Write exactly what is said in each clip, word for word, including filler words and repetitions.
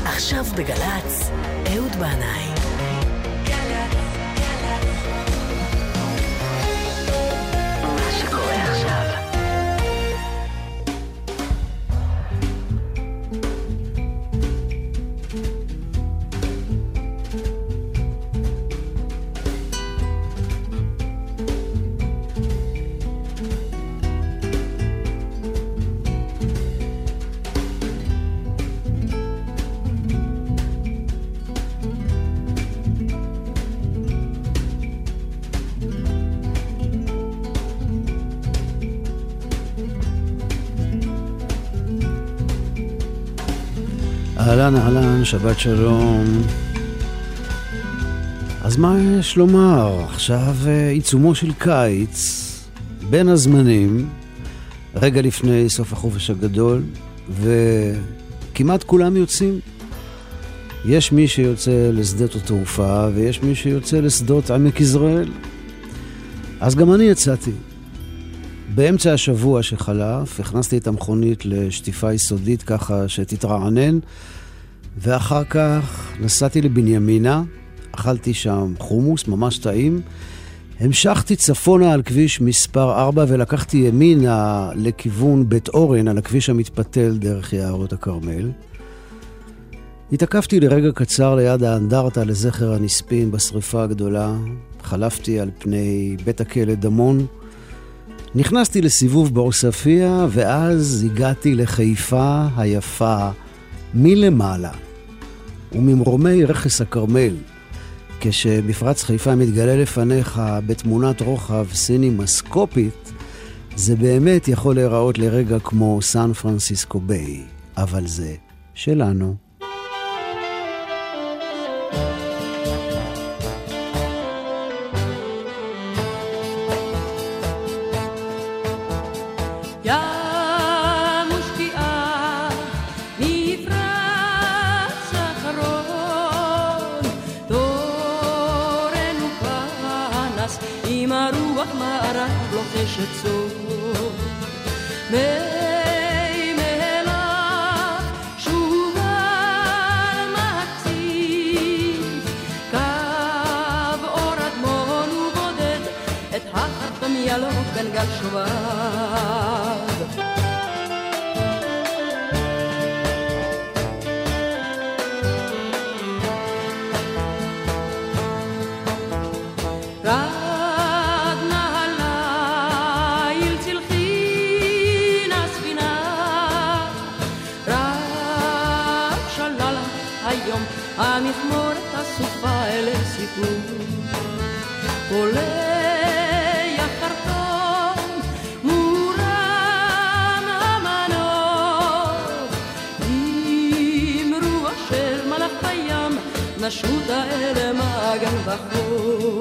עכשיו בגלץ, אהוד בנאי. מה שקורה עכשיו. אהלן אהלן, שבת שלום. אז מה יש לומר? עכשיו עיצומו של קיץ, בין הזמנים, רגע לפני סוף החופש הגדול, וכמעט כולם יוצאים. יש מי שיוצא לשדות התעופה, ויש מי שיוצא לשדות עמק יזרעאל. אז גם אני יצאתי. באמצע השבוע שחלף, הכנסתי את המכונית לשטיפה יסודית ככה שתתרענן, ואחר כך נסעתי לבנימינה, אכלתי שם חומוס, ממש טעים, המשכתי צפונה על כביש מספר ארבע ולקחתי ימינה לכיוון בית אורן על הכביש המתפתל דרך יערות הכרמל. התעכבתי לרגע קצר ליד האנדרטה לזכר הנספים בשריפה הגדולה, חלפתי על פני בית הכלא דמון, נכנסתי לסיבוב בעוספיה, ואז הגעתי לחיפה היפה מלמעלה. וממרומי רכס הכרמל, כשמפרץ חיפה מתגלה לפניך בתמונת רוחב סינימסקופית, זה באמת יכול להיראות לרגע כמו סן פרנסיסקו ביי, אבל זה שלנו. נשות האלה מגן בחור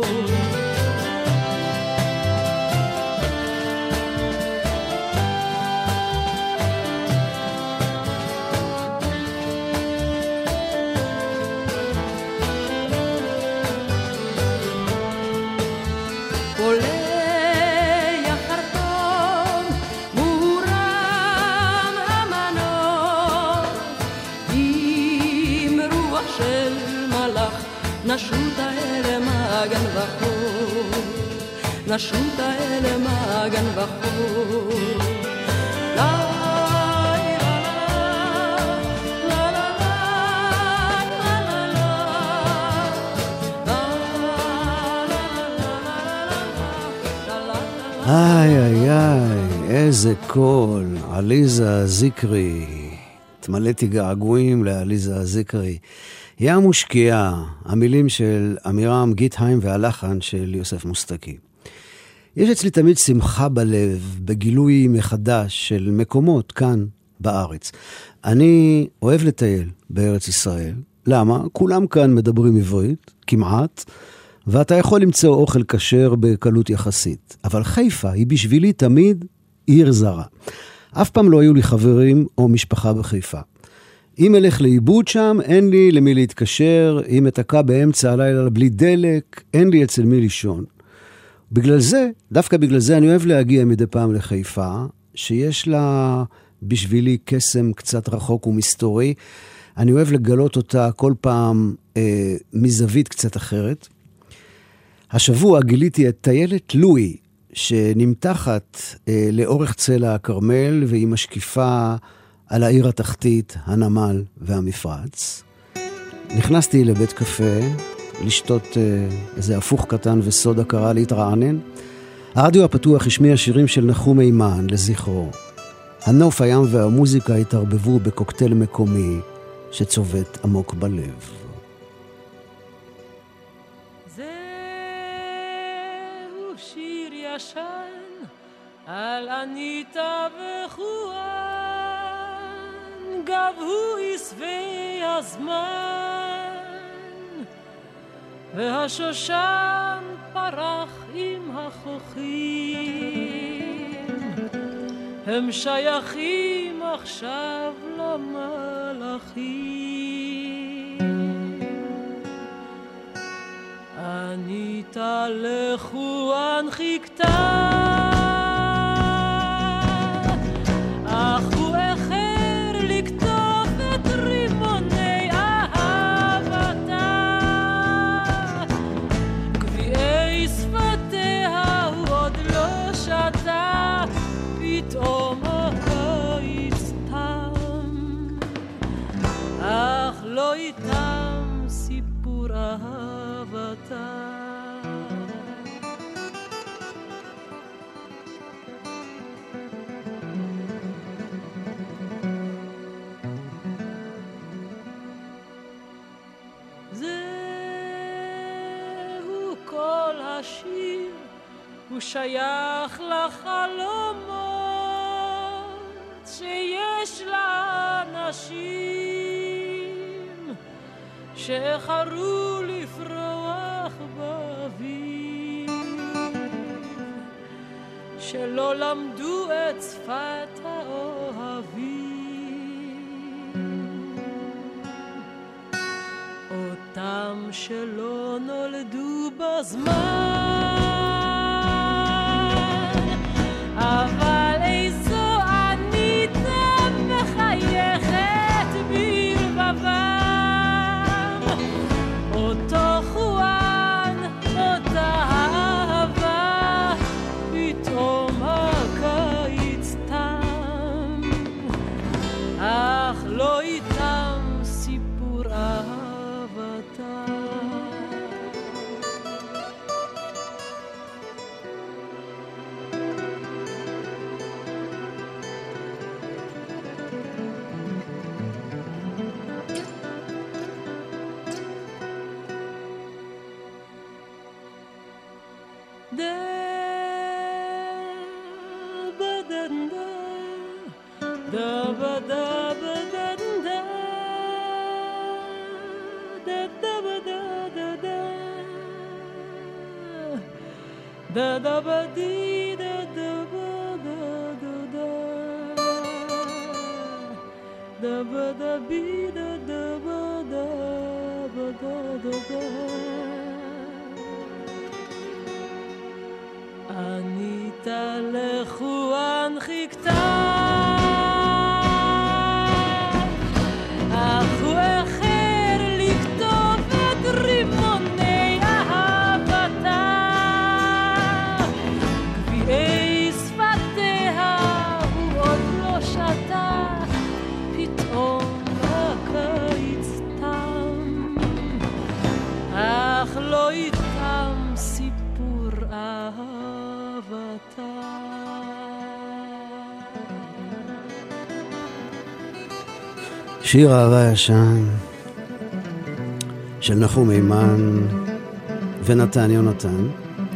נשות האלה מגן בחור נשות האלה מגן בחור איי איי איי, איזה קול, עליזה זיקרי. התמלאתי געגועים לעליזה זיקרי. היא המושקיעה, המילים של אמירם גיטהיים והלחן של יוסף מוסטקי. יש אצלי תמיד שמחה בלב, בגילוי מחדש של מקומות כאן בארץ. אני אוהב לטייל בארץ ישראל. למה? כולם כאן מדברים עברית, כמעט, ואתה יכול למצוא אוכל כשר בקלות יחסית. אבל חיפה היא בשבילי תמיד עיר זרה. אף פעם לא היו לי חברים או משפחה בחיפה. אם אלך לאיבוד שם, אין לי למי להתקשר, אם אתקע באמצע הלילה בלי דלק, אין לי אצל מי לישון. בגלל זה, דווקא בגלל זה אני אוהב להגיע מדי פעם לחיפה, שיש לה בשבילי קסם קצת רחוק ומסתורי. אני אוהב לגלות אותה כל פעם אה, מזווית קצת אחרת. השבוע גיליתי את טיילת לואי, שנמתחת אה, לאורך צלע הכרמל, והיא משקיפה על העיר התחתית, הנמל והמפרץ. נכנסתי לבית קפה, לשתות אה, איזה הפוך קטן וסודה קרה להתרענן. הרדיו הפתוח השמיע שירים של נחום אימן לזכרו. הנוף, הים והמוזיקה התערבבו בקוקטייל מקומי שצובט עמוק בלב. זהו שיר ישן על אניטה וחואן, גבהו עשבי הזמן, והשושן פרח עם החוכים, הם שייכים עכשיו למלאכים. אניטה לחואן חיכתה, אך הוא אחר לקטוף את רימוני אהבתה, גביעי שפתיה הוא עוד לא שתה, פתאום הקיץ תם, אך לא איתם סיפור אהבתה. זהו כל השיר, הוא שייך לחלומות שיש לאנשים שאיחרו לפרוח באביב, שלא למדו את שפת האוהבים, אותם שלא נולדו בזמן, אבל איזו אניטה מחייכת ברבבם, אותו חואן, אותה אהבה, פתאום הקיץ תם, אך לא איתם סיפור אהבתה. Da da ba dee da da ba da da da da ba da bee da da ba da ba da da da. אניטה לחואן חיכתה, אך הוא אחר לכתוב את רימוני אהבתה, גביעי שפתיה הוא עוד לא שתה, פתאום הקיץ תם, אך לא איתם סיפור אהבתה. שיר אהבה ישן של נחום אימן ונתן יונתן.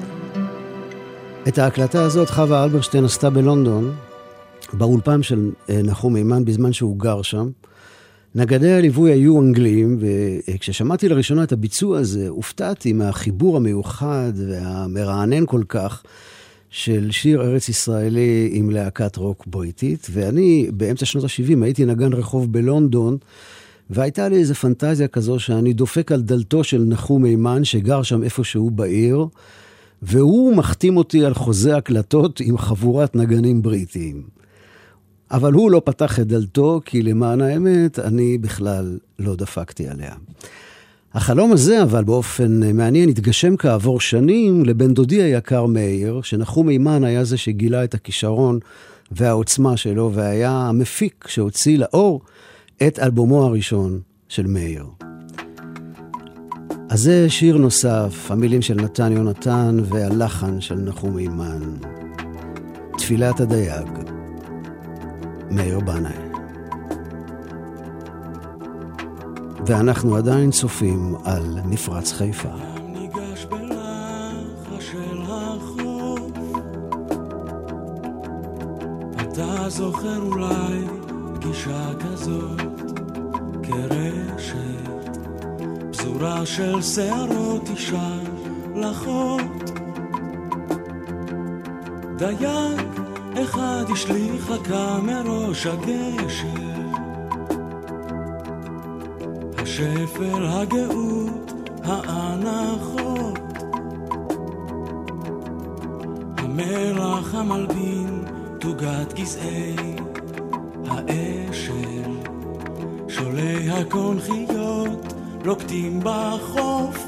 את ההקלטה הזאת חווה אלברשטיין עשתה בלונדון, באולפן של נחום אימן בזמן שהוא גר שם. נגדי הליווי היו אנגלים, וכששמעתי לראשונה את הביצוע הזה, הופתעתי מהחיבור המיוחד והמרענן כל כך של שיר ארץ ישראלי עם להקת רוק בריטית. ואני באמצע שנות ה-שבעים הייתי נגן רחוב בלונדון, והייתה לי איזו פנטזיה כזו שאני דופק על דלתו של נחום אימן שגר שם איפשהו בעיר, והוא מחתים אותי על חוזה הקלטות עם חבורת נגנים בריטיים. אבל הוא לא פתח את דלתו, כי למען האמת, אני בכלל לא דפקתי עליה. החלום הזה, אבל באופן מעניין, התגשם כעבור שנים לבן דודי היקר מאיר, שנחום אימן היה זה שגילה את הכישרון והעוצמה שלו, והיה המפיק שהוציא לאור את אלבומו הראשון של מאיר. אז זה שיר נוסף, המילים של נתן יונתן והלחן של נחום אימן. תפילת הדייג, מאיר בנאי. ואנחנו עדיין צופים על מפרץ חיפה. ניגש בלחש של החוף, אתה זוכר אולי פגישה כזאת כרשת, פזורה של שערות אישה לחות, דייג אחד השליך חכה מראש הגשר, השפל, הגאות, האנחות, המלח המלבין, תוגת גזעי האשל, שולי הקונכיות לוקטים בחוף,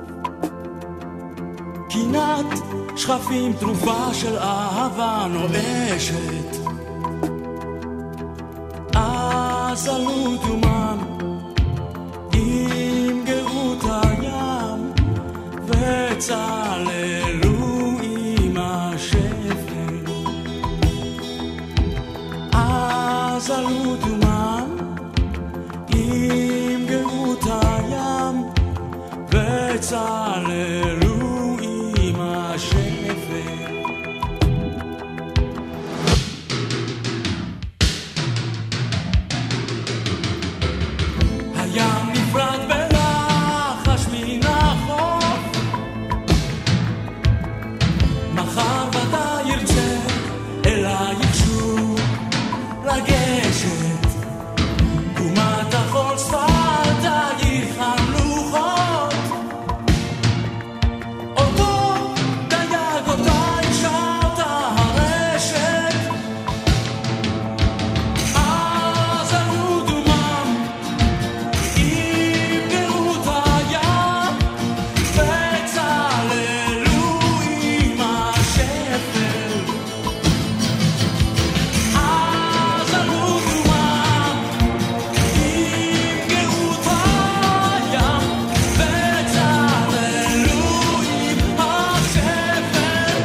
קינת שכפים תרופה של אהבה נואשת, אז עלו דומם עם גאות הים וצללו עם השפל, אז עלו דומם עם גאות הים וצללו עם השפל. הים נפרד בלחש מן החוף, מחר ואתה ירצה אלייך שוב לגשת, קומת החול שפתייך המלוכות, אותו דייג אותה השארת הרשת, אז עלו דומם עם גאות הים וצללו עם השפל, אז עלו דומם עם גאות הים וצללו עם השפל.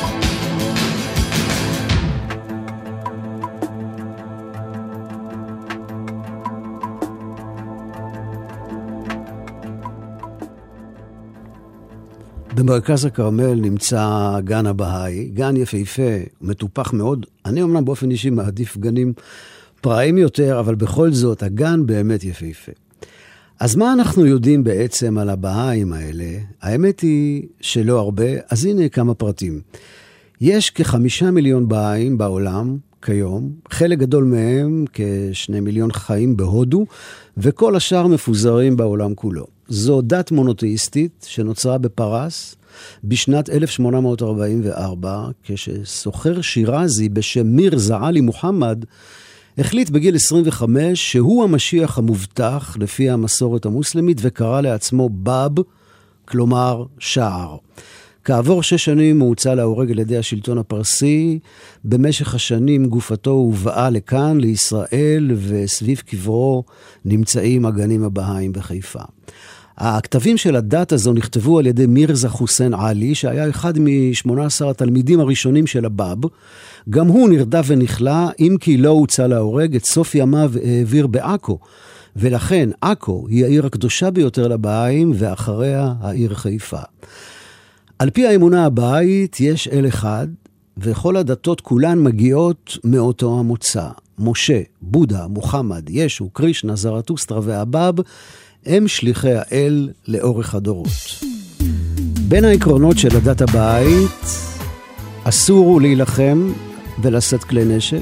במרכז הכרמל נמצא גן הבהאי, גן יפהפה, מטופח מאוד. אני אמנם באופן אישי מעדיף גנים פראיים יותר, אבל בכל זאת הגן באמת יפהפה. אז מה אנחנו יודעים בעצם על הבהאים האלה? האמת היא שלא הרבה, אז הנה כמה פרטים. יש כחמישה מיליון בהאים בעולם כיום, חלק גדול מהם, כשני מיליון חיים בהודו, וכל השאר מפוזרים בעולם כולו. זו דת מונותאיסטית שנוצרה בפרס בשנת אלף שמונה מאות ארבעים וארבע, כשסוחר שירזי בשם מירזה עלי מוחמד החליט בגיל עשרים וחמש שהוא המשיח המובטח לפי המסורת המוסלמית, וקרא לעצמו באב, כלומר שער. כעבור שש שנים הוא הוצא להורג על ידי השלטון הפרסי. במשך השנים גופתו הובאה לכאן, לישראל, וסביב קברו נמצאים הגנים הבהאים בחיפה. הכתבים של הדת הזו נכתבו על ידי מירזה חוסיין עלי, שהיה אחד מ-שמונה עשר התלמידים הראשונים של הבאב. גם הוא נרדף ונכלא, אם כי לא הוצא להורג, את סוף ימיו העביר בעכו. ולכן עכו היא העיר הקדושה ביותר לבהאים, ואחריה העיר חיפה. על פי האמונה הבאית יש אל אחד, וכל הדתות כולן מגיעות מאותו המוצא. משה, בודה, מוחמד, ישו, קרישנה, זרטוסטרה והבאב הם שליחי האל לאורך הדורות. בין העקרונות של הדת הבאית, אסור להילחם ולשאת כלי נשק.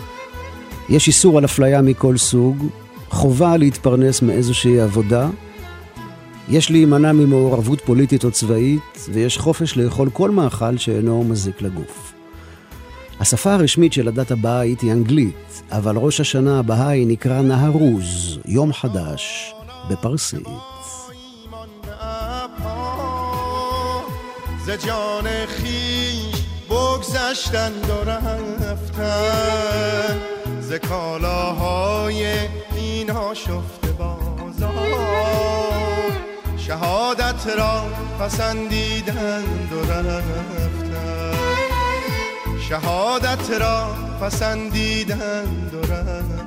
יש איסור על אפליה מכל סוג, חובה להתפרנס מאיזושהי עבודה. יש להימנע ממעורבות פוליטית או צבאית, ויש חופש לאכול כל מאכל שאינו מזיק לגוף. השפה הרשמית של הדת הבאית היא אנגלית, אבל ראש השנה הבאי נקרא נהרוז, יום חדש, בפרסית. ز جان خویش بگذشتند و رفتند ز کالاهای اینها شفته بازار شهادت را پسندیدند و رفتند شهادت را پسندیدند و رفتند.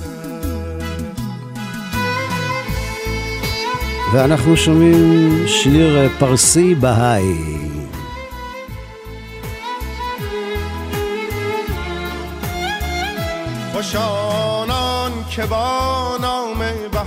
ואנחנו שומעים שיר פרסי בהאי. خوش آنان که با نام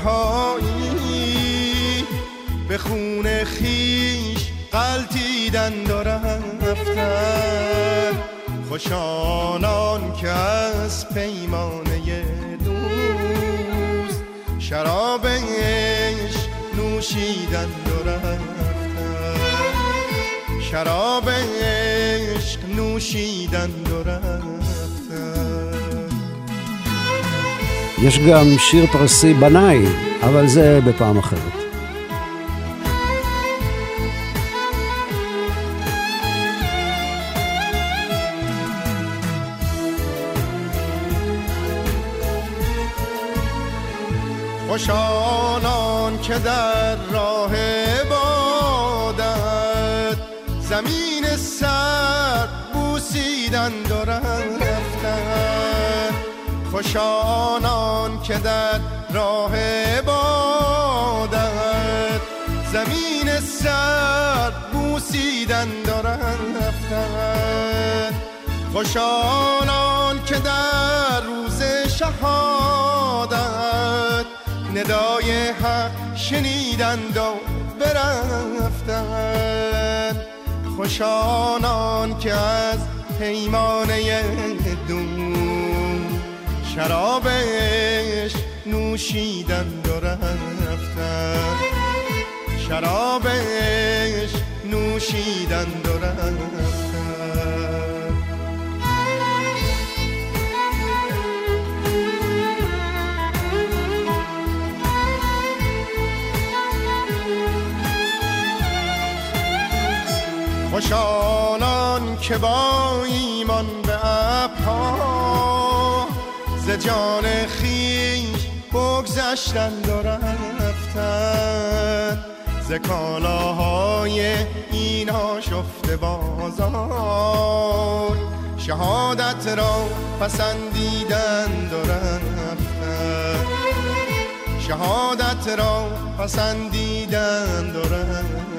بهایی به خون خویش غلطیدند و رفتند خوش آنان که از پیمانه دوست شراب عشق نوشیدند و رفتند شراب عشق نوشیدند و رفتند. יש גם שיר פרסי בנאי, אבל זה בפעם אחרת. خوش آنان که در راه عبادت زمین سر بوسیدند و رفتند خوش آنان که در راه عبادت زمین سر بوسیدند و رفتند خوش آنان که در روز شهادت ندای حق شنیدند و برفتند خوش آنان که از پیمانه دوم شراب عشق نوشیدند و رفتند شراب عشق نوشیدند و رفتند. خوش آنان که با ایمان به ابرها ز جان خویش بگذشتند و رفتند ز کالاهای اینها شفته بازار شهادت را پسندیدند و رفتند شهادت را پسندیدند و رفتند.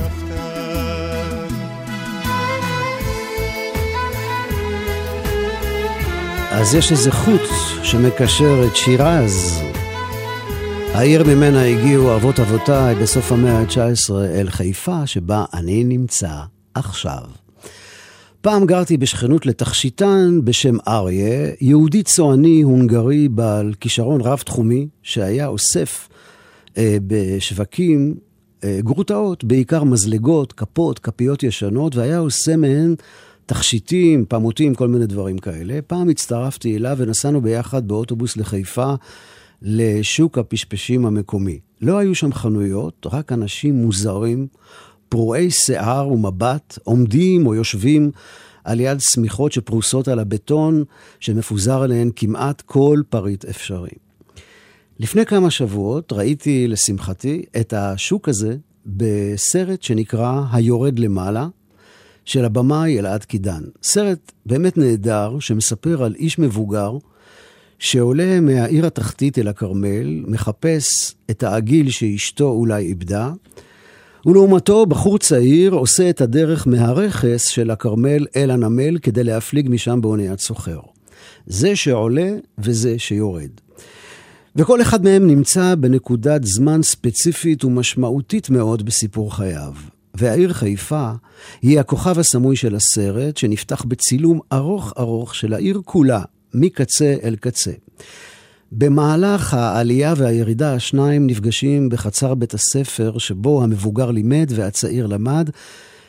אז יש איזה חוט שמקשר את שירז, העיר ממנה הגיעו אבות אבותיי בסוף המאה ה-תשע עשרה, אל חיפה שבה אני נמצא עכשיו. פעם גרתי בשכנות לתכשיטן בשם אריה, יהודי צועני הונגרי בעל כישרון רב תחומי, שהיה אוסף אה, בשווקים אה, גרוטאות, בעיקר מזלגות, כפות, כפיות ישנות, והיה עושה מהן תכשיטים, פמותים, כל מיני דברים כאלה. פעם הצטרפתי אליו ונסענו ביחד באוטובוס לחיפה לשוק הפשפשים המקומי. לא היו שם חנויות, רק אנשים מוזרים, פרועי שיער ומבט, עומדים או יושבים על יד סמיכות שפרוסות על הבטון, שמפוזר עליהן כמעט כל פריט אפשרי. לפני כמה שבועות ראיתי לשמחתי את השוק הזה בסרט שנקרא היורד למעלה, של הבמאי אלעד קידן. סרט באמת נהדר שמספר על איש מבוגר שעולה מהעיר התחתית אל הכרמל, מחפש את העגיל שאשתו אולי איבדה, ולעומתו בחור צעיר עושה את הדרך מהרכס של הכרמל אל הנמל כדי להפליג משם באוניית סוחר. זה שעולה וזה שיורד. וכל אחד מהם נמצא בנקודת זמן ספציפית ומשמעותית מאוד בסיפור חייו. והעיר חיפה היא הכוכב הסמוי של הסרט, שנפתח בצילום ארוך ארוך של העיר כולה, מקצה אל קצה. במהלך העלייה והירידה השניים נפגשים בחצר בית הספר, שבו המבוגר לימד והצעיר למד,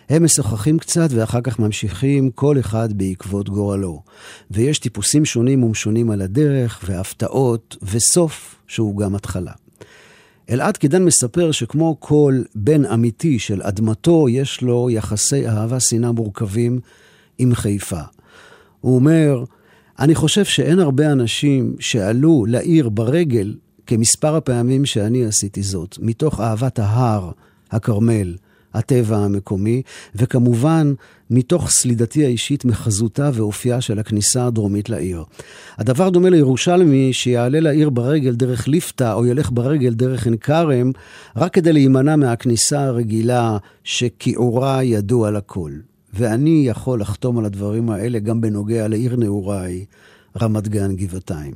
הם משוחחים קצת ואחר כך ממשיכים כל אחד בעקבות גורלו. ויש טיפוסים שונים ומשונים על הדרך והפתעות וסוף שהוא גם התחלה. אלעד קידן מספר שכמו כל בן אמיתי של אדמתו, יש לו יחסי אהבה שנאה מורכבים עם חיפה. הוא אומר, אני חושב שאין הרבה אנשים שעלו לעיר ברגל כמספר הפעמים שאני עשיתי זאת, מתוך אהבת ההר, הכרמל, הטבע המקומי, וכמובן מתוך סלידתי האישית מחזותה ואופייה של הכניסה הדרומית לעיר. הדבר דומה לירושלמי שיעלה לעיר ברגל דרך ליפתא או ילך ברגל דרך עין כרם, רק כדי להימנע מהכניסה הרגילה שכיעורה ידוע לכל. ואני יכול לחתום על הדברים האלה גם בנוגע לעיר נעוריי, רמת גן גבעתיים.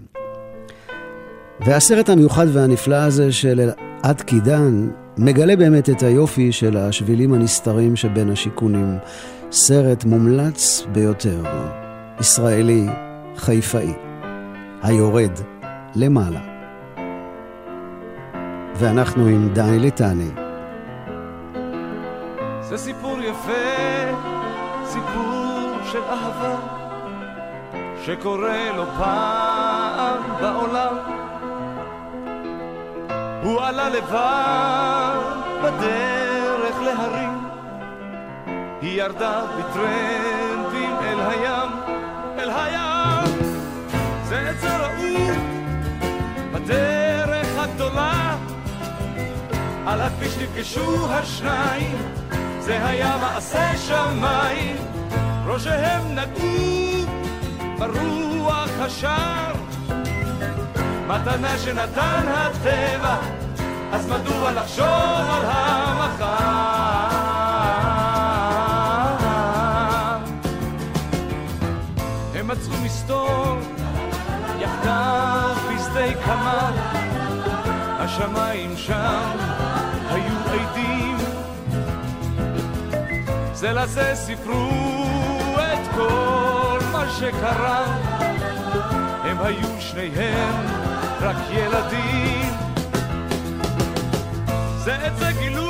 והסרט המיוחד והנפלא הזה של אלעד קידן מגלה באמת את היופי של השבילים הנסתרים שבין השיכונים. סרט מומלץ ביותר, ישראלי חיפאי, היורד למעלה. ואנחנו עם דני ליטני. זה סיפור יפה, סיפור של אהבה שקורה לו פעם בעולם. הוא עלה לבד בדרך להרים, היא ירדה בטרמפים אל הים, אל הים. זה עצר רעות בדרך הגדולה, על הכביש נפגשו השניים, זה היה מעשה שמיים. ראשיהם נגעו ברוח השער, מתנה שנתן הטבע, אז מדוע לחשוב על המחר? הם מצאו מסתור יחדיו בשדה קמל, השמיים שם היו עדים, זה לזה סיפרו את כל מה שקרה. הם היו שניהם רק ילדים, זה את זה גילו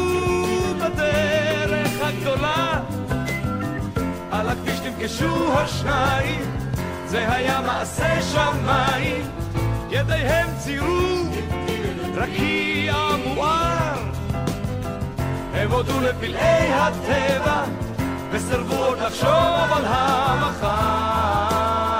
בדרך הגדולה, על הכביש נפגשו השניים, זה היה מעשה שמיים. ידיהם צירו רקיע מואר, הם הודו לפלאי הטבע וסרבו עוד לחשוב על המחר.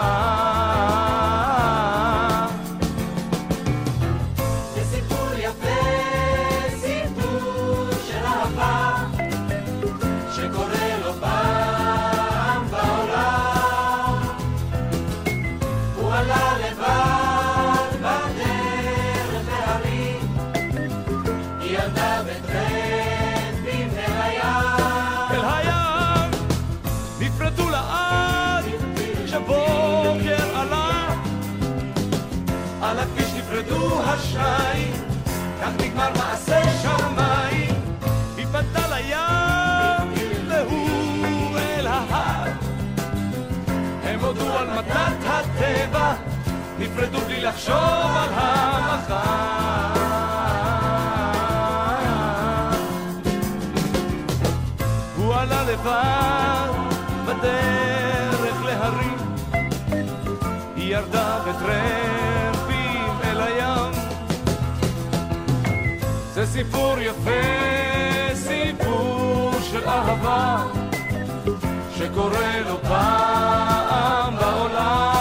השניים, כך נגמר מעשה שמיים. היא פנתה לים והוא אל ההר, הם הודו על מתנת הטבע, נפרדו בלי לחשוב על המחר. הוא עלה לבד בדרך להרים, היא ירדה בטרמפים אל הים. זה סיפור יפה, סיפור של אהבה שקורה לו פעם בעולם.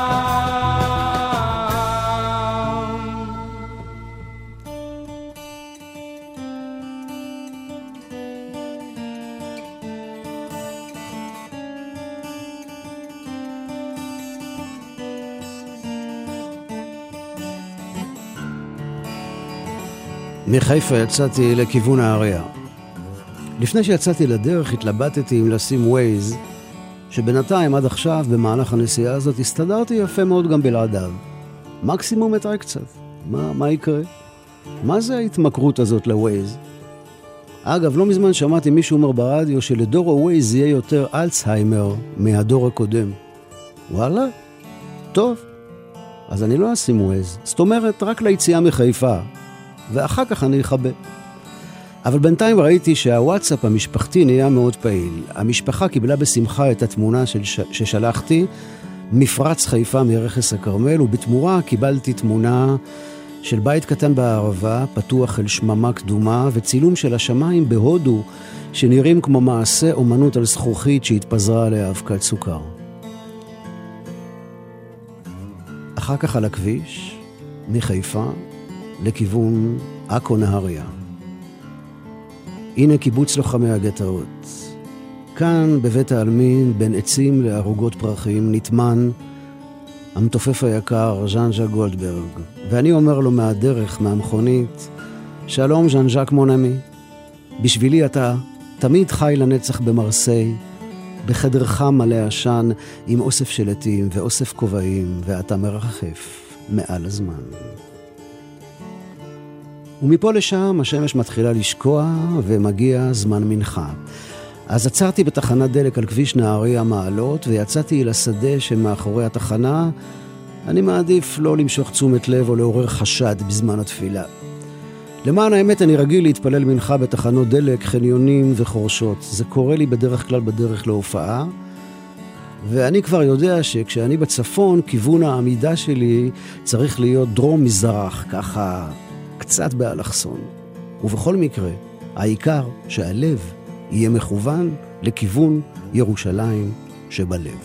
מחיפה יצאתי לכיוון העריה. לפני שיצאתי לדרך התלבטתי אם לשים ווייז, שבינתיים עד עכשיו במהלך הנסיעה הזאת הסתדרתי יפה מאוד גם בלעדיו. מקסימום אתראה קצת. מה, מה יקרה? מה זה ההתמכרות הזאת לווייז? אגב, לא מזמן שמעתי מישהו אומר ברדיו שלדור הווייז יהיה יותר אלצהיימר מהדור הקודם. וואלה? טוב. אז אני לא אשים ווייז. זאת אומרת, רק ליציאה מחיפה. ואחר כך אני אחבא. אבל בינתיים ראיתי שהוואטסאפ המשפחתי נהיה מאוד פעיל. המשפחה קיבלה בשמחה את התמונה של ש... ששלחתי, מפרץ חיפה מרכס הכרמל, ובתמורה קיבלתי תמונה של בית קטן בערבה, פתוח אל שממה קדומה, וצילום של השמיים בהודו, שנראים כמו מעשה אומנות על זכוכית שהתפזרה עליה אבקת סוכר. אחר כך על הכביש, מחיפה, לכיוון עכו נהריה. הנה קיבוץ לוחמי הגטאות. כאן בבית העלמין, בין עצים לערוגות פרחים, נטמן המתופף היקר ז'אן-ז'ק גולדברג. ואני אומר לו מהדרך, מהמכונית, שלום ז'אן-ז'ק מונמי, בשבילי אתה תמיד חי לנצח במרסיי, בחדרך מלא עשן עם אוסף שלטים ואוסף כובעים, ואתה מרחף מעל הזמן. ומפה לשם השמש מתחילה לשקוע ומגיע זמן מנחה. אז עצרתי בתחנת דלק על כביש נהריה מעלות, ויצאתי אל השדה שמאחורי התחנה. אני מעדיף לא למשוך תשומת לב או לעורר חשד בזמן התפילה. למען האמת אני רגיל להתפלל מנחה בתחנות דלק, חניונים וחורשות. זה קורה לי בדרך כלל בדרך להופעה, ואני כבר יודע שכשאני בצפון, כיוון העמידה שלי צריך להיות דרום מזרח, ככה קצת באלכסון. ובכל מקרה, העיקר שהלב יהיה מכוון לכיוון ירושלים שבלב.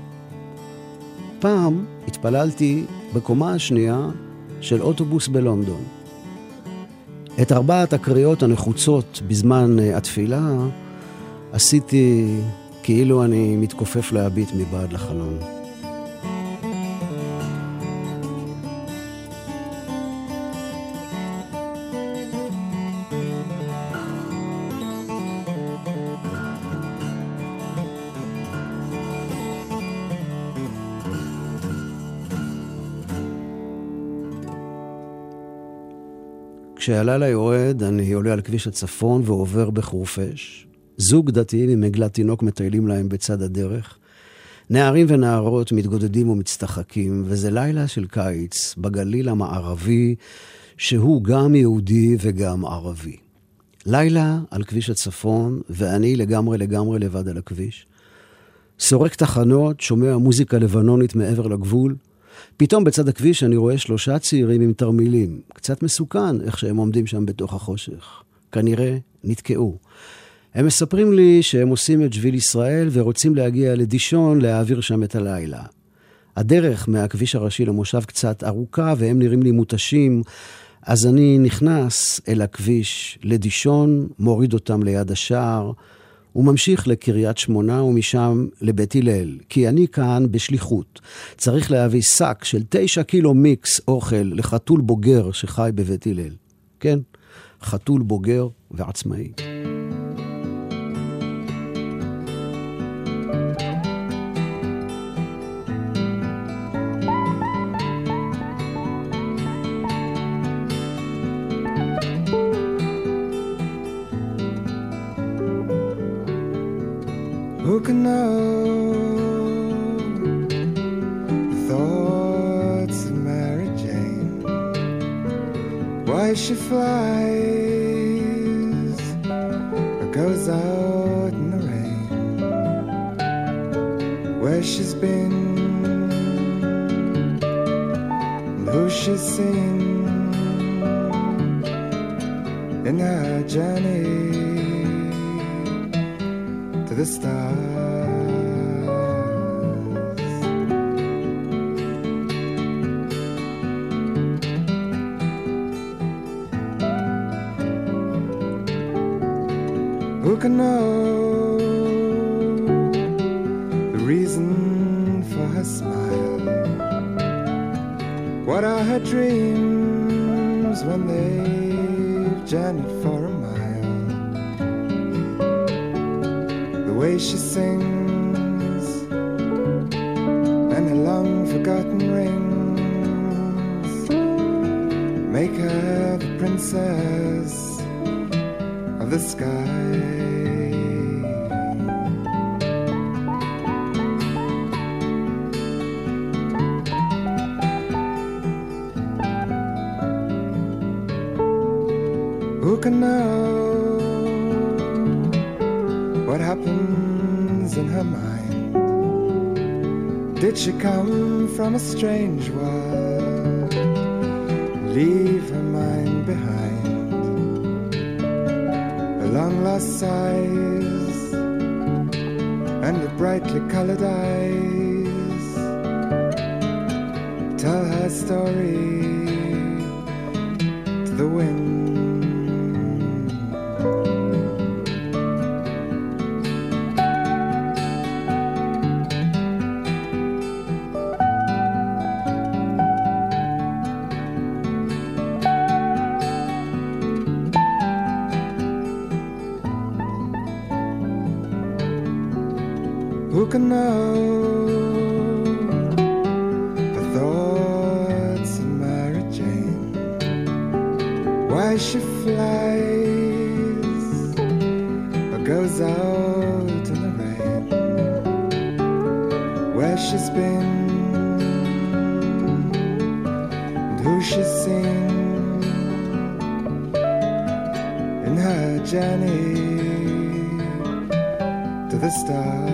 פעם התפללתי בקומה השנייה של אוטובוס בלונדון. את ארבעת הקריאות הנחוצות בזמן התפילה עשיתי כאילו אני מתכופף להביט מבעד לחלון. כשהלילה יורד, אני עולה על כביש הצפון ועובר בחורפש. זוג דתיים עם עגלת תינוק מטיילים להם בצד הדרך. נערים ונערות מתגודדים ומצטחקים, וזה לילה של קיץ בגליל המערבי, שהוא גם יהודי וגם ערבי. לילה על כביש הצפון, ואני לגמרי לגמרי לבד על הכביש. סורק תחנות, שומע מוזיקה לבנונית מעבר לגבול. פתאום בצד הכביש אני רואה שלושה צעירים עם תרמילים. קצת מסוכן איך שהם עומדים שם בתוך החושך. כנראה נתקעו. הם מספרים לי שהם עושים את שביל ישראל ורוצים להגיע לדישון להעביר שם את הלילה. הדרך מהכביש הראשי למושב קצת ארוכה והם נראים לי מותשים, אז אני נכנס אל הכביש לדישון, מוריד אותם ליד השער, וממשיך לקריית שמונה ומשם לבית הלל, כי אני כאן בשליחות. צריך להביא שק של תשע קילו מיקס אוכל לחתול בוגר שחי בבית הלל. כן, חתול בוגר ועצמאי. Who can know the thoughts of Mary Jane? Why she flies or goes out in the rain? Where she's been and who she's seen in her journey to the stars. Who can know the reason for her smile? What are her dreams when they've journeyed for a mile? The way she sings and her long-forgotten rings make her the princess of the sky. Who can know what happens in her mind? Did she come from a strange world, leave her mind behind? Her long lost sighs and the brightly colored eyes tell her story to the wind. Who can know the thoughts of Mary Jane? Why she flies or goes out in the rain? Where she's been and who she's seen in her journey to the stars.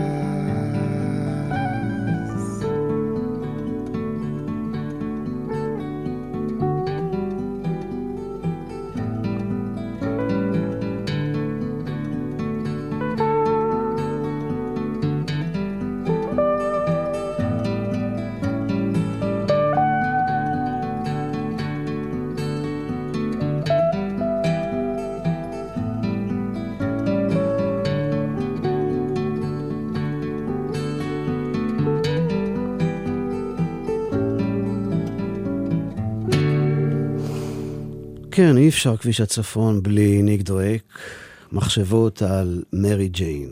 כן, אי אפשר כביש הצפון בלי ניק דרייק, מחשבות על מרי ג'יין.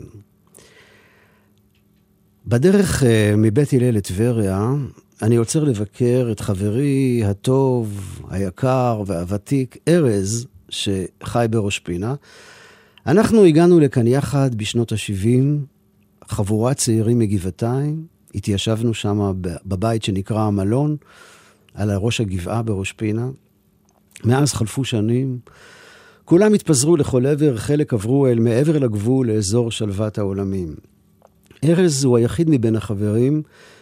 בדרך uh, מבית הלל לטבריה, אני עוצר לבקר את חברי הטוב, היקר והוותיק, ארז, שחי בראש פינה. אנחנו הגענו לכאן יחד בשנות ה-שבעים, חבורת צעירים מגבעתיים, התיישבנו שם בבית שנקרא המלון, על הראש הגבעה בראש פינה. מאז חלפו שנים, כולם התפזרו לכל עבר, חלק עברו אל מעבר לגבול לאזור שלוות העולמים. ארז הוא היחיד מבין החברים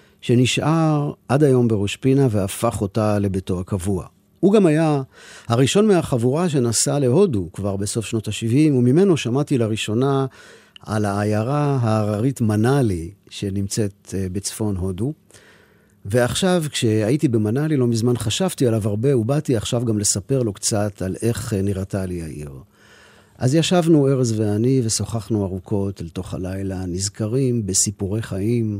שנשאר עד היום בראש פינה והפך אותה לביתו הקבוע. הוא גם היה הראשון מהחבורה שנסע להודו כבר בסוף שנות ה-שבעים, וממנו שמעתי לראשונה על העיירה ההררית מנאלי שנמצאת בצפון הודו. ועכשיו כשהייתי במנאלי לא מזמן חשבתי עליו הרבה, ובאתי עכשיו גם לספר לו קצת על איך נראתה לי העיר. אז ישבנו ארז ואני ושוחחנו ארוכות אל תוך הלילה, נזכרים בסיפורי חיים,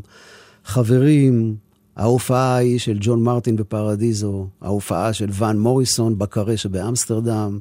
חברים, ההופעה ההיא של ג'ון מרטין בפרדיזו, ההופעה של ואן מוריסון בקרה שבאמסטרדם,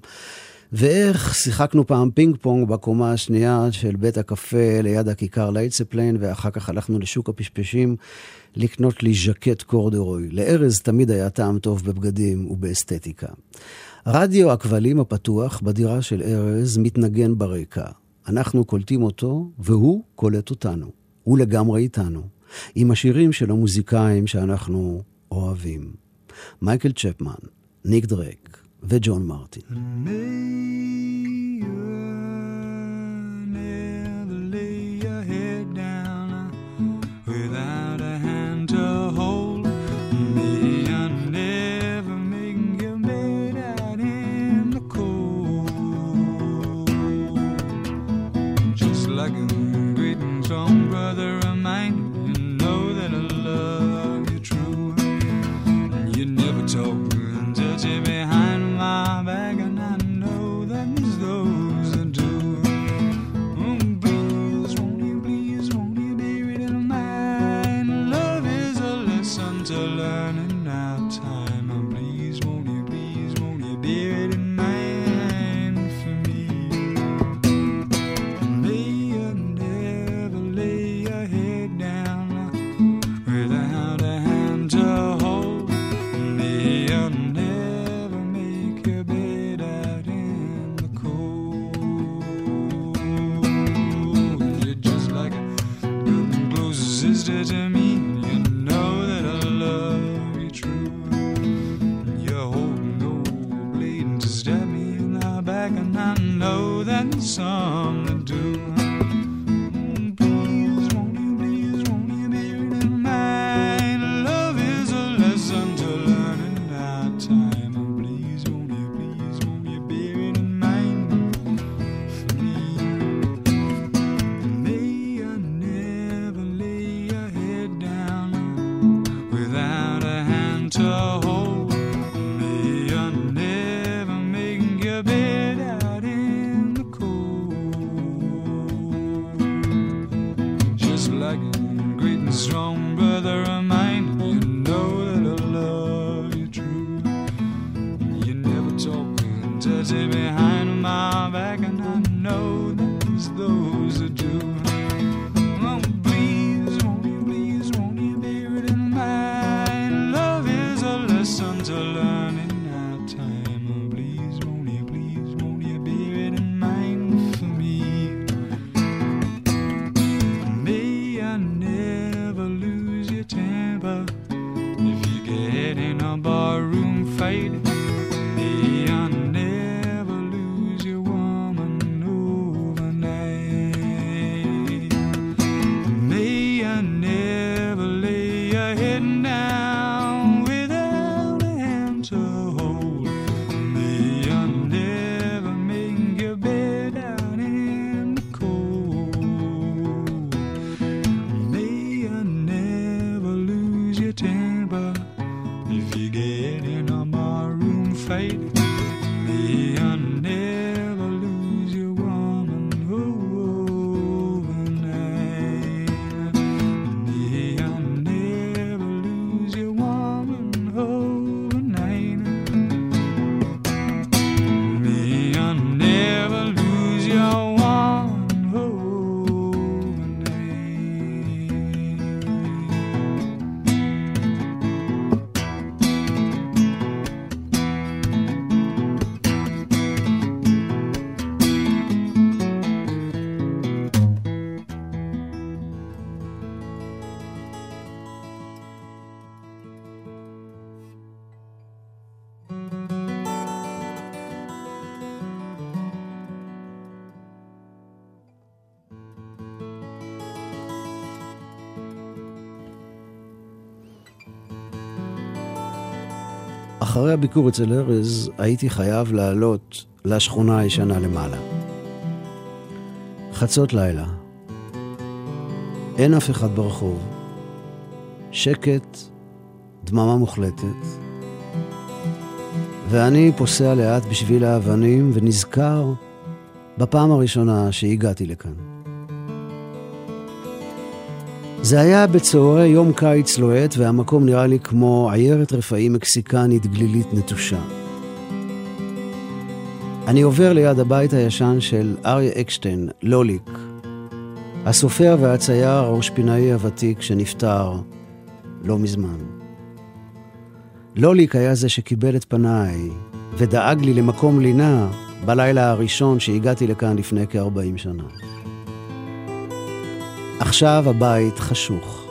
ואיך שיחקנו פעם פינג פונג בקומה השנייה של בית הקפה ליד הכיכר לייטספליין, ואחר כך הלכנו לשוק הפשפשים לקנות לי ז'קט קורדרוי. לארז תמיד היה טעם טוב בבגדים ובאסתטיקה. רדיו הכבלים הפתוח בדירה של ארז מתנגן ברקע. אנחנו קולטים אותו והוא קולט אותנו. הוא לגמרי איתנו. עם השירים של המוזיקאים שאנחנו אוהבים. מייקל צ'פמן, ניק דרייק וג'ון מרטין. Back and I know that some that do. Please, won't you, please, won't you bear it in mind? Love is a lesson to learn in our time. Please, won't you, please, won't you bear it in mind for me? May you never lay your head down without a hand to hold. May you never make your bed out in the cold. Just like a great and strong brother of mine, you know that I love you true. You never talk and touch it behind my back, and I know that there's those that do. Oh, please, won't you, please, won't you bear it in mind? Love is a lesson to learn in our time. Oh, please, won't you, please, won't you bear it in mind for me? May you never lose your temper if you get in a barroom fight. May you never lose your woman overnight. May you never lay your head down without a hand to hold. May you never make your bed out in the cold. May you never lose your temper if you get in a barroom fight. May you never lose your woman overnight. May you never lose your woman overnight. May you never lose your woman אחרי הביקור אצל ארז הייתי חייב לעלות לשכונה הישנה למעלה. חצות לילה. אין אף אחד ברחוב. שקט, דממה מוחלטת. ואני פוסע לאט בשביל האבנים ונזכר בפעם הראשונה שהגעתי לכאן. זה היה בצהרי יום קיץ לוהט, והמקום נראה לי כמו עיירת רפאים מקסיקנית גלילית נטושה. אני עובר ליד הבית הישן של אריה אקשטיין, לוליק, הסופר והצייר הראש פינאי הוותיק שנפטר לא מזמן. לוליק היה זה שקיבל את פניי ודאג לי למקום לינה בלילה הראשון שהגעתי לכאן לפני כ-ארבעים שנה. עכשיו הבית חשוך.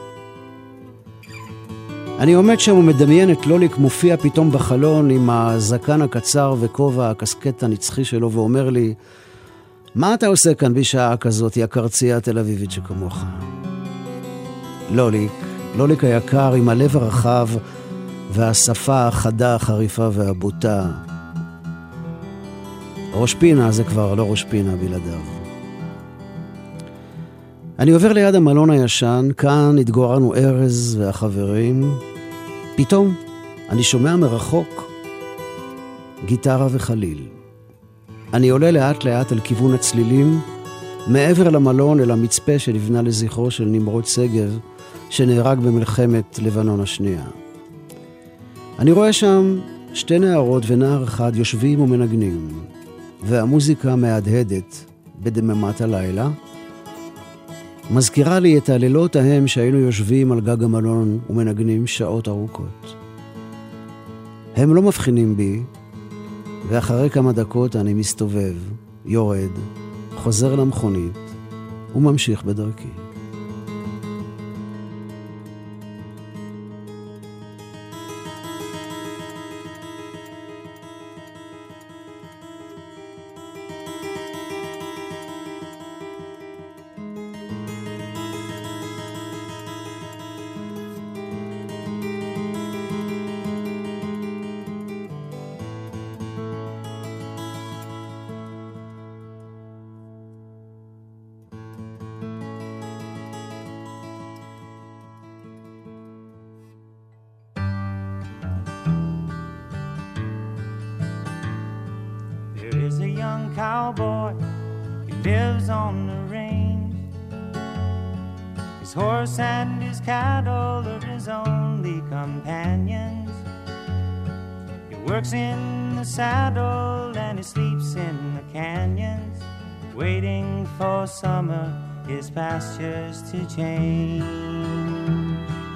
אני עומד שם ומדמיין את לוליק מופיע פתאום בחלון עם הזקן הקצר וכובע הקסקט הנצחי שלו ואומר לי, מה אתה עושה כאן בשעה כזאת, יא קרצייה התל אביבית שכמוך? לוליק, לוליק היקר עם הלב הרחב והשפה החדה, החריפה והבוטה. ראש פינה זה כבר לא ראש פינה בלעדיו. אני עובר ליד המלון הישן, כאן התגוררנו ארז והחברים. פתאום אני שומע מרחוק גיטרה וחליל. אני עולה לאט לאט על כיוון הצלילים, מעבר למלון אל המצפה שנבנה לזכרו של נמרוד סגב, שנהרג במלחמת לבנון השנייה. אני רואה שם שתי נערות ונער אחד יושבים ומנגנים, והמוזיקה מהדהדת בדממת הלילה, מזכירה לי את הלילות ההם שהיינו יושבים על גג המלון ומנגנים שעות ארוכות. הם לא מבחינים בי, ואחרי כמה דקות אני מסתובב, יורד, חוזר למכונית וממשיך בדרכי. young cowboy. He lives on the range. His horse and his cattle are his only companions. He works in the saddle and he sleeps in the canyons, waiting for summer, his pastures to change.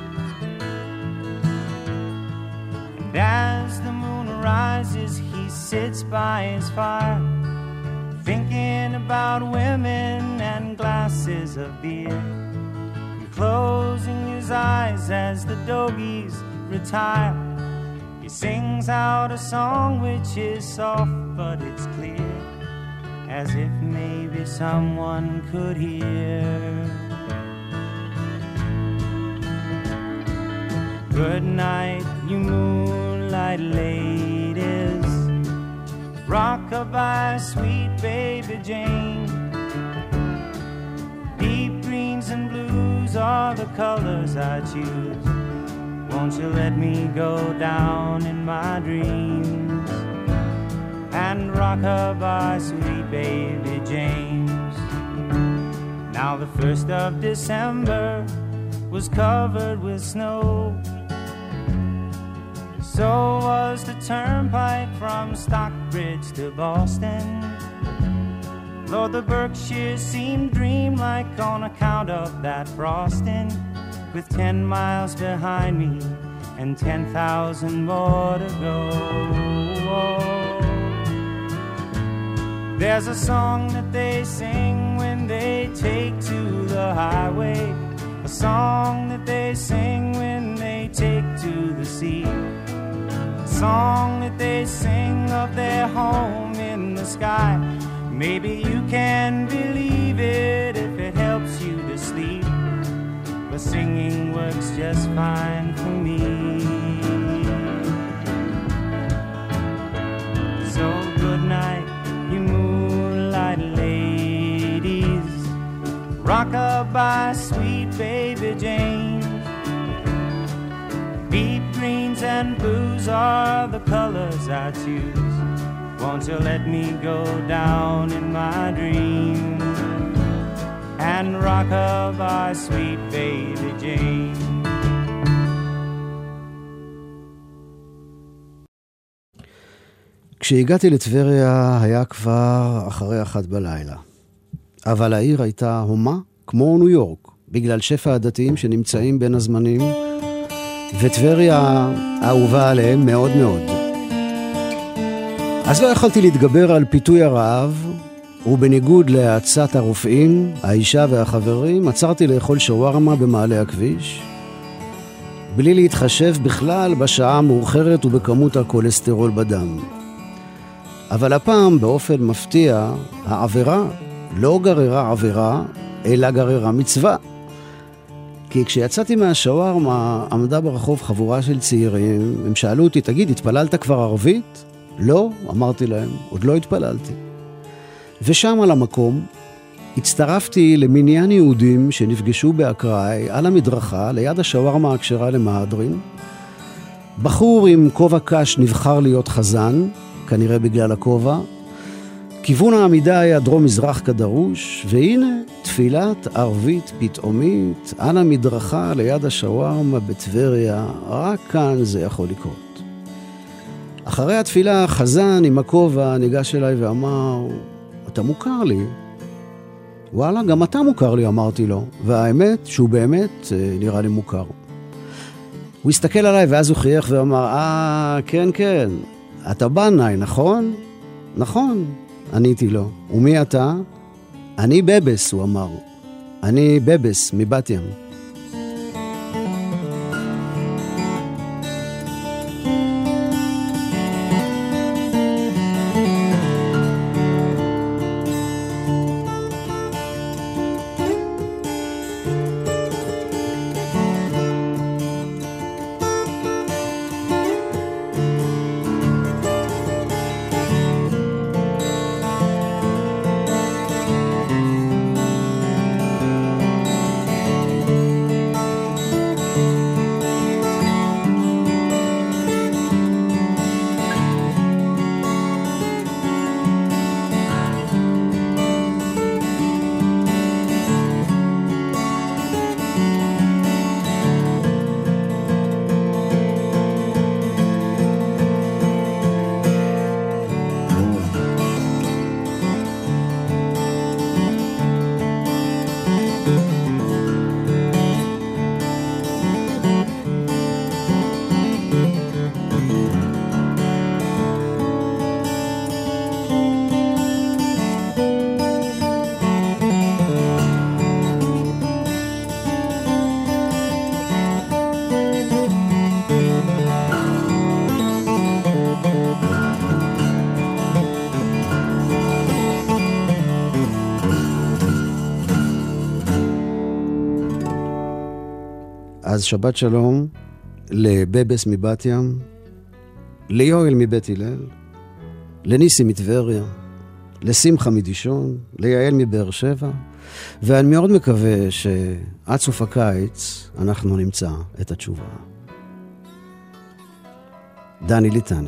And as the moon rises, he sits by his fire, thinking about women and glasses of beer, and closing his eyes as the dogies retire. He sings out a song which is soft but it's clear, as if maybe someone could hear. Good night, you moonlight ladies. Rock-a-bye, sweet baby Jane. Deep greens and blues are the colors I choose. Won't you let me go down in my dreams and rock-a-bye, sweet baby James? Now the first of December was covered with snow. So was the turnpike from Stockbridge to Boston. Lord, the Berkshires seemed dreamlike on account of that frosting. With ten miles behind me and ten thousand more to go. There's a song that they sing when they take to the highway, a song that they sing when they take to the sea, a song that they sing of their home in the sky. Maybe you can believe it if it helps you to sleep, but singing works just fine for me. So good night, you moonlight ladies. Rock-a-bye, sweet baby Jane. Deep greens and blues are the colors I choose. Won't you let me go down in my dreams and rock-a-bye, sweet baby Jane? כשהגעתי לטבריה היה כבר אחרי אחת בלילה. אבל העיר הייתה הומה כמו ניו יורק, בגלל שפע הדתיים שנמצאים בין הזמנים, וטבריה אהובה עליהם מאוד מאוד. אז לא יכולתי להתגבר על פיתוי הרעב, ובניגוד להצעת הרופאים, האישה והחברים, עצרתי לאכול שווארמה במעלה הכביש, בלי להתחשב בכלל בשעה המאוחרת ובכמות הכולסטרול בדם. אבל הפעם, באופן מפתיע, העבירה לא גררה עבירה, אלא גררה מצווה. כי כשיצאתי מהשווארמה, עמדה ברחוב חבורה של צעירים, הם שאלו אותי, תגיד, התפללת כבר ערבית? לא, אמרתי להם, עוד לא התפללתי. ושם על המקום, הצטרפתי למניין יהודים שנפגשו באקראי על המדרכה, ליד השווארמה הכשרה למהדרין. בחור עם כובע קש נבחר להיות חזן, כנראה בגלל הכובע. כיוון העמידה היה דרום-מזרח כדרוש, והנה תפילת ערבית פתאומית על המדרכה ליד השווארמה בטבריה, רק כאן זה יכול לקרות. אחרי התפילה החזן עם הכובע ניגש אליי ואמר, אתה מוכר לי? וואלה, גם אתה מוכר לי, אמרתי לו, והאמת שהוא באמת נראה לי מוכר. הוא הסתכל עליי ואז הוא חייך ואמר, אה, כן, כן, אתה בנאי, נכון? נכון, עניתי לו. ומי אתה? אני בבס, הוא אמר. אני בבס, מבת ים. אז שבת שלום לבבס מבת ים, ליואל מבית הלל, לניסי מטבריה, לשמחה מדישון, ליעל מבאר שבע, ואני מאוד מקווה שעד סוף הקיץ אנחנו נמצא את התשובה. דני ליטני.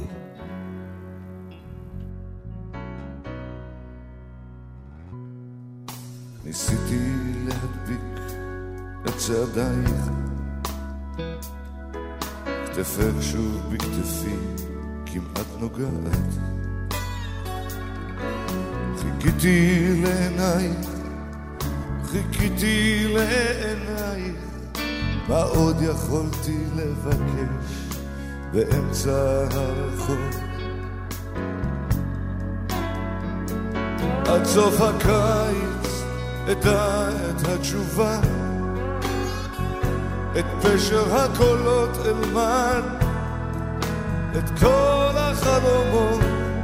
ניסיתי להדביק את צעדייך, כתפך שוב בכתפי כמעט נוגעת, חיכיתי לעינייך, חיכיתי לעינייך, מה עוד יכולתי לבקש באמצע הרחוב. עד סוף הקיץ אדע את התשובה, את פשר הקולות אלמד, את כל החלומות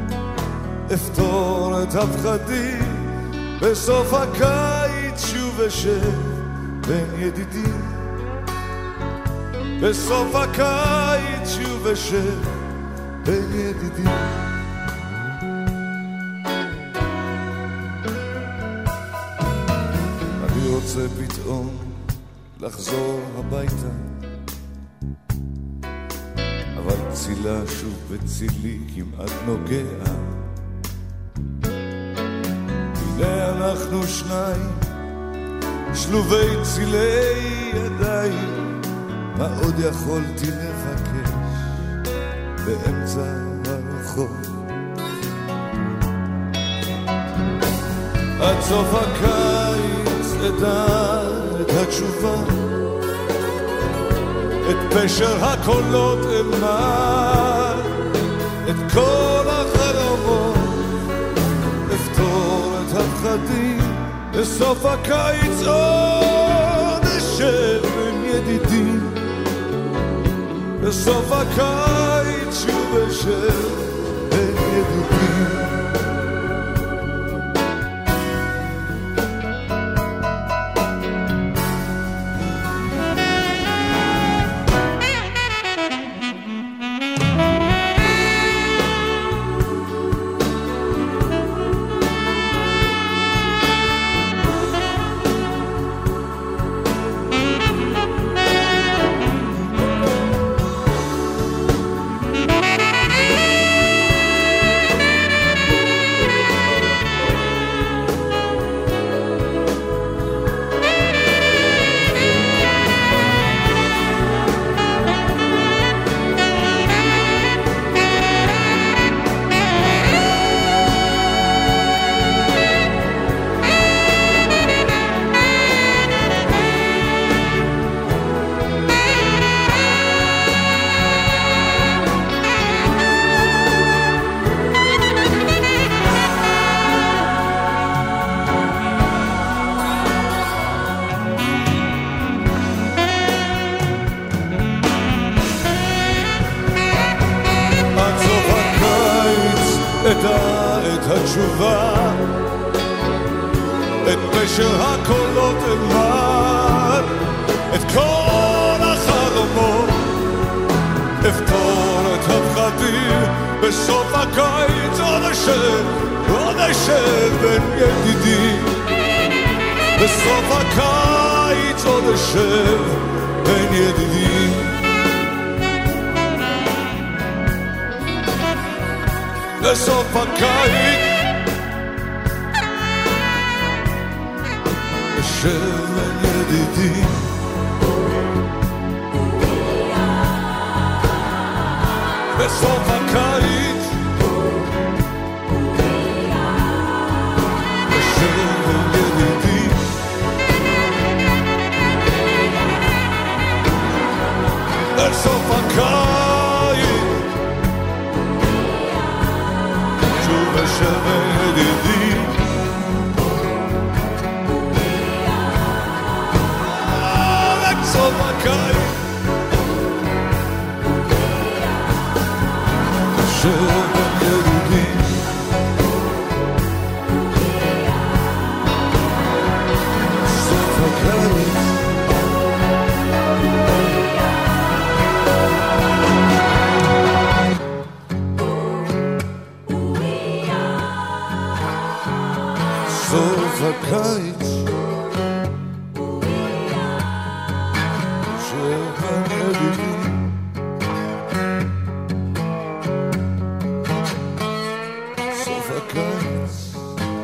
אפתור את הפחדים, בסוף הקיץ שוב אשב בין ידידים, בסוף הקיץ שוב אשב בין ידידים. אני רוצה פתאום לחזור הביתה, אבל צילה שוב בצילי כמעט נוגע. הנה אנחנו שניים, שלובי צילי ידיים, מה עוד יכולתי לבקש באמצע הרחוב. עד סוף הקיץ אדע את התשובה, את פשר הקולות אלמד, את כל החלומות אפתור את הפחדים, בסוף הקיץ עוד אשב בין ידידים, בסוף הקיץ שוב אשב בין ידידים. את פשר הקולות אלמד, את כל החלומות אפתור את הפחדים, בסוף הקיץ עוד אשב, עוד אשב בין ידידים, בסוף הקיץ עוד אשב בין ידידים. בסוף הקיץ אשב בין ידידים. בסוף הקיץ אשב בין ידידים. בסוף הקיץ שוב אשב בין ידידים. בסוף הקיץ סוף הקיץ שבנביבים סוף הקיץ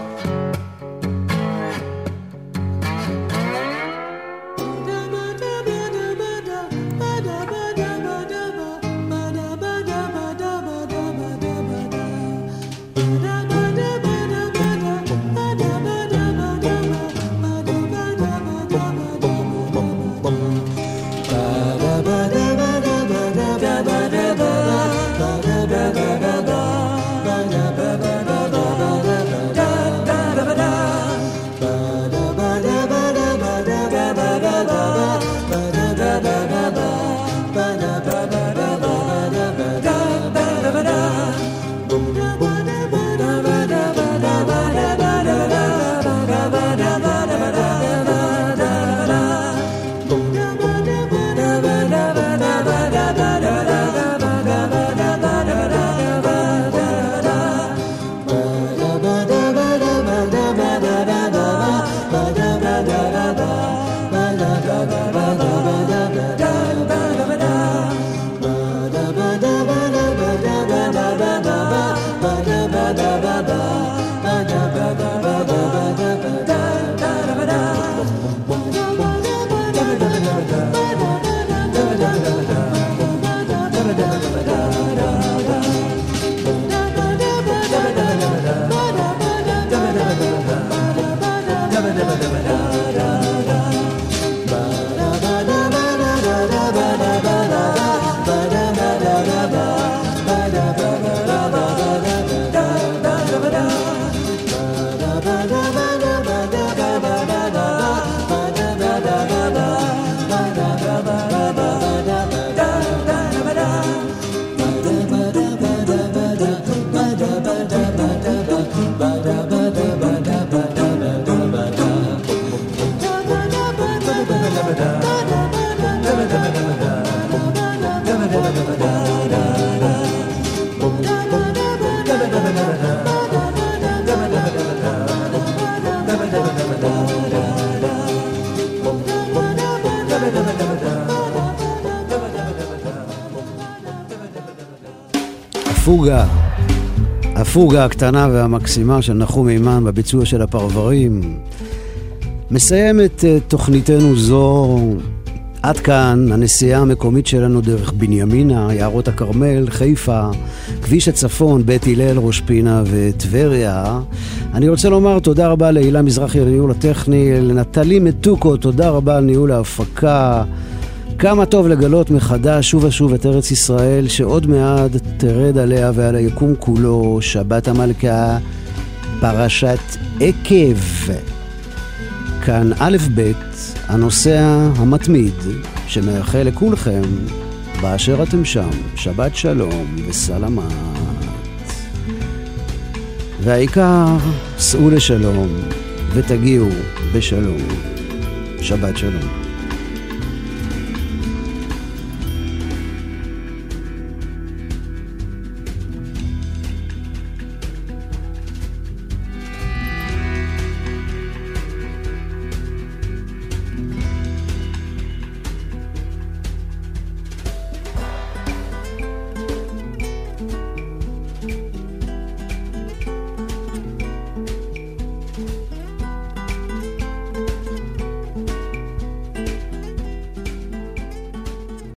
הפוגה, הפוגה הקטנה והמקסימה של נחום אימן בביצוע של הפרברים מסיים את תוכניתנו זו. עד כאן הנסיעה המקומית שלנו דרך בנימינה, יערות הכרמל, חיפה, כביש הצפון, בית הלל, ראש פינה וטבריה. אני רוצה לומר תודה רבה להילה מזרחי על ניהול הטכני, לנטלי מתוקו, תודה רבה על ניהול ההפקה. כמה טוב לגלות מחדש שוב ושוב את ארץ ישראל, שעוד מעט תרד עליה ועל היקום כולו שבת המלכה, פרשת עקב. כאן א' ב', הנוסע המתמיד שמאחל לכולכם באשר אתם שם, שבת שלום וסלמת. והעיקר, סעו לשלום ותגיעו בשלום. שבת שלום.